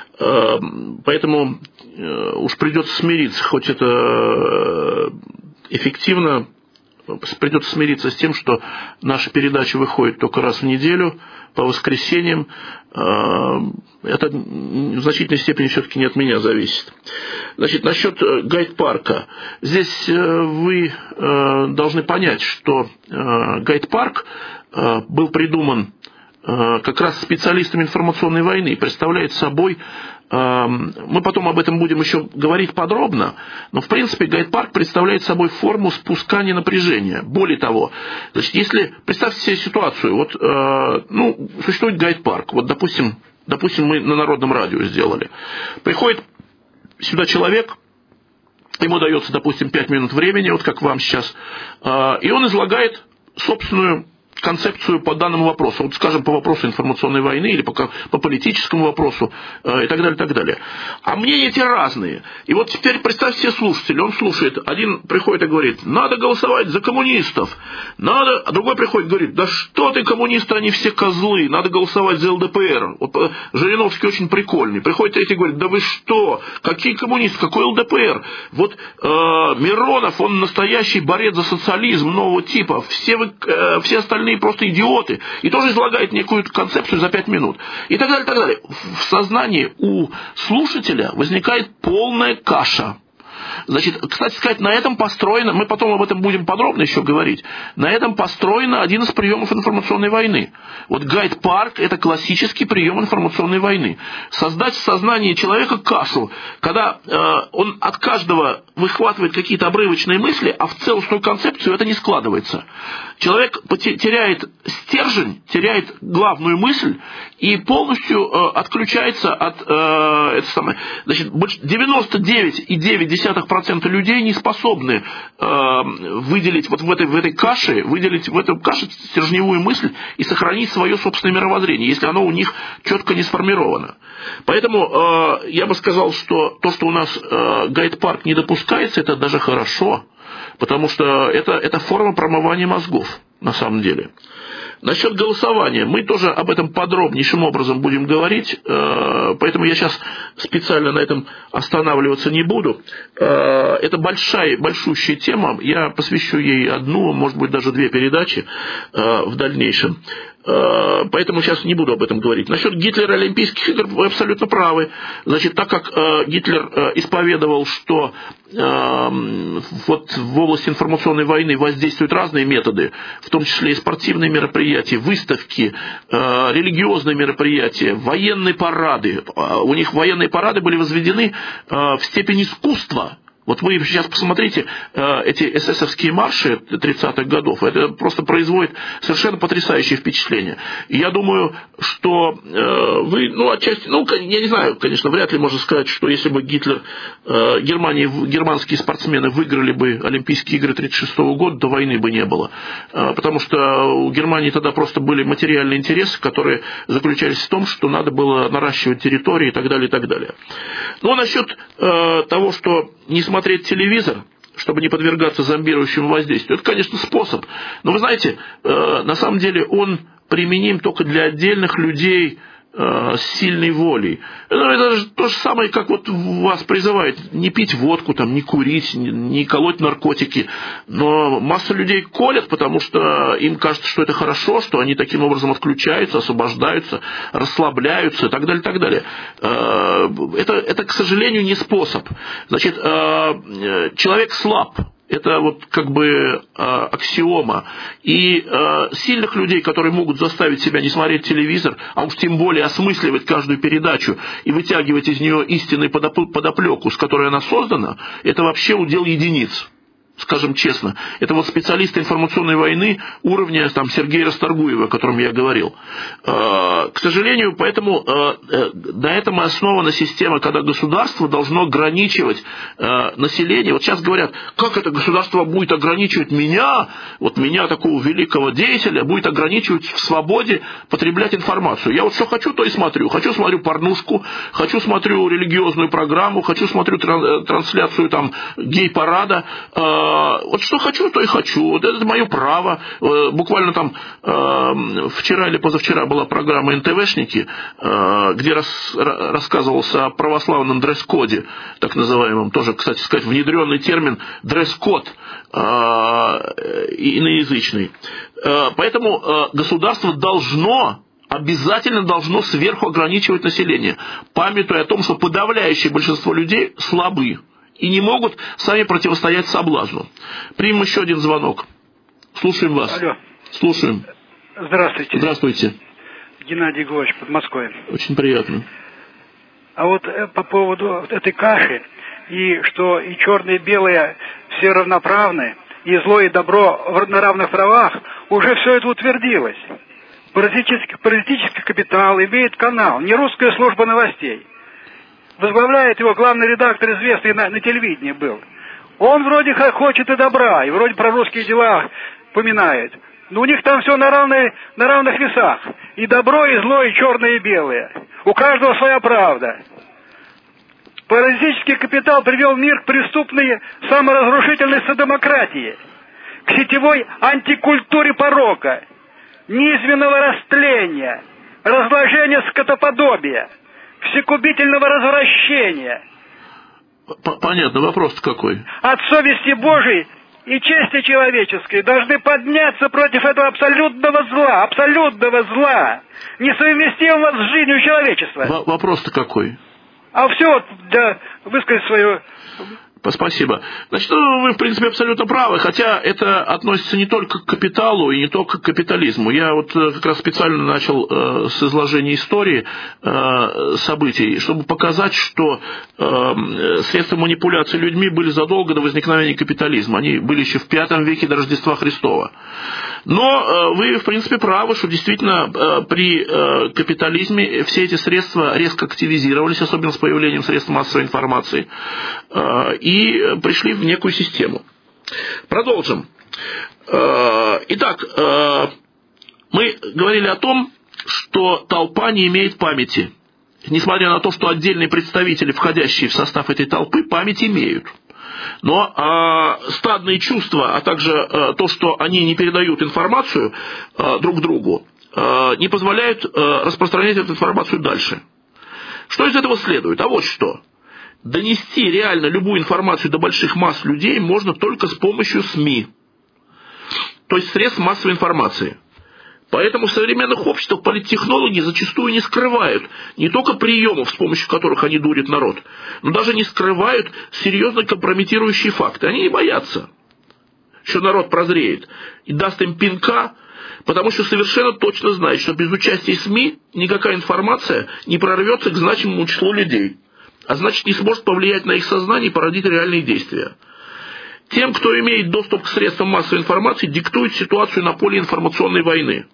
Поэтому уж придется смириться, хоть это эффективно, придется смириться с тем, что наша передача выходит только раз в неделю, по воскресеньям. Это в значительной степени все-таки не от меня зависит. Значит, насчет гайд-парка. Здесь вы должны понять, что гайд-парк был придуман как раз специалистами информационной войны и представляет собой, мы потом об этом будем еще говорить подробно, но в принципе гайд-парк представляет собой форму спускания напряжения. Более того, значит, если представьте себе ситуацию, существует гайд-парк, допустим мы на Народном радио сделали, приходит сюда человек, ему дается, допустим, 5 минут времени, вот как вам сейчас, и он излагает собственную концепцию по данному вопросу, скажем, по вопросу информационной войны или по политическому вопросу и так далее, и так далее. А мнения эти разные. И вот теперь представьте себе слушателя, он слушает, один приходит и говорит, надо голосовать за коммунистов, а другой приходит и говорит, да что ты, коммунисты, они все козлы, надо голосовать за ЛДПР. Вот Жириновский очень прикольный. Приходит третий и говорит, да вы что, какие коммунисты, какой ЛДПР? Вот Миронов, он настоящий борец за социализм нового типа, все остальные остальные просто идиоты, и тоже излагает некую концепцию за 5 минут. И так далее, так далее. В сознании у слушателя возникает полная каша. Значит, кстати сказать, на этом построено, мы потом об этом будем подробно еще говорить, на этом построено один из приемов информационной войны. Вот гайд-парк – это классический прием информационной войны. Создать в сознании человека кашу, когда он от каждого выхватывает какие-то обрывочные мысли, а в целостную концепцию это не складывается. Человек теряет стержень, теряет главную мысль и полностью отключается от... Значит, 99,9% людей не способны выделить вот в этой каше, выделить в этой каше стержневую мысль и сохранить свое собственное мировоззрение, если оно у них четко не сформировано. Поэтому я бы сказал, что то, что у нас гайд-парк не допускается, это даже хорошо, потому что это форма промывания мозгов на самом деле. Насчет голосования мы тоже об этом подробнейшим образом будем говорить, поэтому я сейчас специально на этом останавливаться не буду. Это большущая тема, я посвящу ей одну, может быть, даже 2 передачи в дальнейшем. Поэтому сейчас не буду об этом говорить. Насчет Гитлера и Олимпийских игр вы абсолютно правы. Значит, так как Гитлер исповедовал, что вот в области информационной войны воздействуют разные методы, в том числе и спортивные мероприятия, выставки, религиозные мероприятия, военные парады. У них военные парады были возведены в степень искусства. Вот вы сейчас посмотрите эти эсэсовские марши 30-х годов, это просто производит совершенно потрясающее впечатление. И я думаю, что вы, отчасти, я не знаю, конечно, вряд ли можно сказать, что если бы германские спортсмены выиграли бы Олимпийские игры 1936 года, то войны бы не было. Потому что у Германии тогда просто были материальные интересы, которые заключались в том, что надо было наращивать территории и так далее, и так далее. Но насчет того, что не смотреть телевизор, чтобы не подвергаться зомбирующему воздействию, это, конечно, способ. Но вы знаете, на самом деле он применим только для отдельных людей с сильной волей. Это же то же самое, как вот вас призывают не пить водку, не курить, не колоть наркотики. Но масса людей колят, потому что им кажется, что это хорошо, что они таким образом отключаются, освобождаются, расслабляются и так далее, так далее. Это, к сожалению, не способ. Значит, человек слаб. Это вот как бы аксиома. И сильных людей, которые могут заставить себя не смотреть телевизор, а уж тем более осмысливать каждую передачу и вытягивать из нее истинную подоплеку, с которой она создана, это вообще удел единиц. Скажем честно, это вот специалисты информационной войны уровня Сергея Расторгуева, о котором я говорил. К сожалению, поэтому на этом и основана система, когда государство должно ограничивать население. Вот сейчас говорят, как это государство будет ограничивать меня, вот меня, такого великого деятеля, будет ограничивать в свободе потреблять информацию. Я вот что хочу, то и смотрю. Хочу смотрю порнушку, хочу смотрю религиозную программу, хочу смотрю трансляцию гей-парада. Вот что хочу, то и хочу. Вот это мое право. Буквально вчера или позавчера была программа «НТВшники», где рассказывался о православном дресс-коде, так называемом, тоже, кстати сказать, внедренный термин дресс-код иноязычный. Поэтому государство обязательно должно сверху ограничивать население, памятуя о том, что подавляющее большинство людей слабы и не могут сами противостоять соблазну. Примем еще один звонок. Слушаем вас. Алло. Слушаем. Здравствуйте. Здравствуйте. Геннадий Егорович, Подмосковье. Очень приятно. А вот по поводу этой каши, и что и черные, и белые все равноправны, и зло, и добро на равных правах, уже все это утвердилось. Политический капитал имеет канал, не русская служба новостей. Возглавляет его главный редактор, известный на телевидении был. Он вроде хочет и добра, и вроде про русские дела поминает. Но у них там все на равных весах. И добро, и зло, и черное, и белое. У каждого своя правда. Паразитический капитал привел мир к преступной, саморазрушительной содомократии, к сетевой антикультуре порока, низменного растления, разложения скотоподобия, всекубительного развращения. Понятно, вопрос какой? От совести Божией и чести человеческой должны подняться против этого абсолютного зла, несовместимого с жизнью человечества. Вопрос-то какой? А все вот, да, высказать свое... Спасибо. Значит, вы, в принципе, абсолютно правы, хотя это относится не только к капиталу и не только к капитализму. Я вот как раз специально начал с изложения истории событий, чтобы показать, что средства манипуляции людьми были задолго до возникновения капитализма. Они были еще в V веке до Рождества Христова. Но вы, в принципе, правы, что действительно при капитализме все эти средства резко активизировались, особенно с появлением средств массовой информации, и пришли в некую систему. Продолжим. Итак, мы говорили о том, что толпа не имеет памяти. Несмотря на то, что отдельные представители, входящие в состав этой толпы, память имеют. Но стадные чувства, а также то, что они не передают информацию друг другу, не позволяют распространять эту информацию дальше. Что из этого следует? А вот что. Донести реально любую информацию до больших масс людей можно только с помощью СМИ, то есть средств массовой информации. Поэтому в современных обществах политтехнологи зачастую не скрывают не только приемов, с помощью которых они дурят народ, но даже не скрывают серьезно компрометирующие факты. Они не боятся, что народ прозреет и даст им пинка, потому что совершенно точно знают, что без участия СМИ никакая информация не прорвется к значимому числу людей, а значит не сможет повлиять на их сознание и породить реальные действия. Тем, кто имеет доступ к средствам массовой информации, диктует ситуацию на поле информационной войны.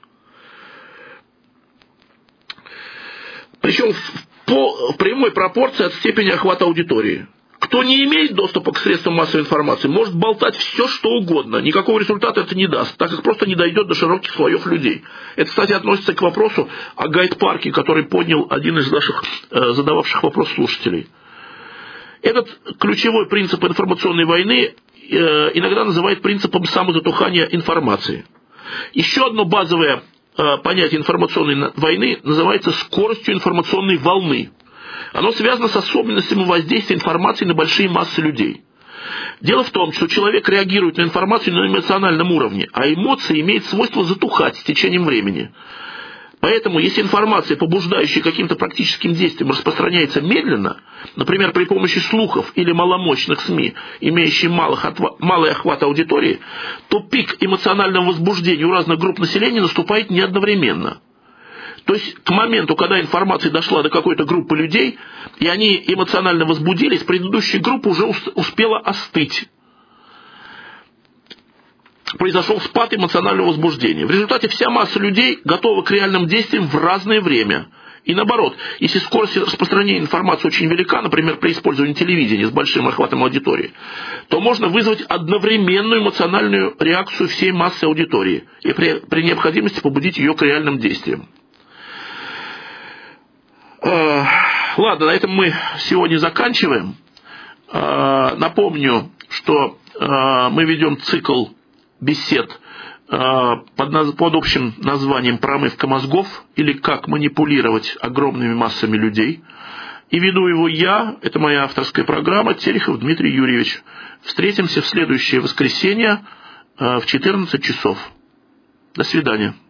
Причем в прямой пропорции от степени охвата аудитории. Кто не имеет доступа к средствам массовой информации, может болтать все, что угодно. Никакого результата это не даст, так как просто не дойдет до широких слоев людей. Это, кстати, относится к вопросу о гайд-парке, который поднял один из наших задававших вопрос слушателей. Этот ключевой принцип информационной войны иногда называют принципом самозатухания информации. Еще одно базовое понятие информационной войны называется скоростью информационной волны. Оно связано с особенностями воздействия информации на большие массы людей. Дело в том, что человек реагирует на информацию на эмоциональном уровне, а эмоции имеют свойство затухать с течением времени. Поэтому, если информация, побуждающая каким-то практическим действием, распространяется медленно, например, при помощи слухов или маломощных СМИ, имеющих малый охват аудитории, то пик эмоционального возбуждения у разных групп населения наступает не одновременно. То есть, к моменту, когда информация дошла до какой-то группы людей, и они эмоционально возбудились, предыдущая группа уже успела остыть. Произошел спад эмоционального возбуждения. В результате вся масса людей готова к реальным действиям в разное время. И наоборот, если скорость распространения информации очень велика, например, при использовании телевидения с большим охватом аудитории, то можно вызвать одновременную эмоциональную реакцию всей массы аудитории и при необходимости побудить ее к реальным действиям. Ладно, на этом мы сегодня заканчиваем. Напомню, что мы ведем цикл бесед под общим названием «Промывка мозгов» или «Как манипулировать огромными массами людей». И веду его я, это моя авторская программа, Терехов Дмитрий Юрьевич. Встретимся в следующее воскресенье в 14 часов. До свидания.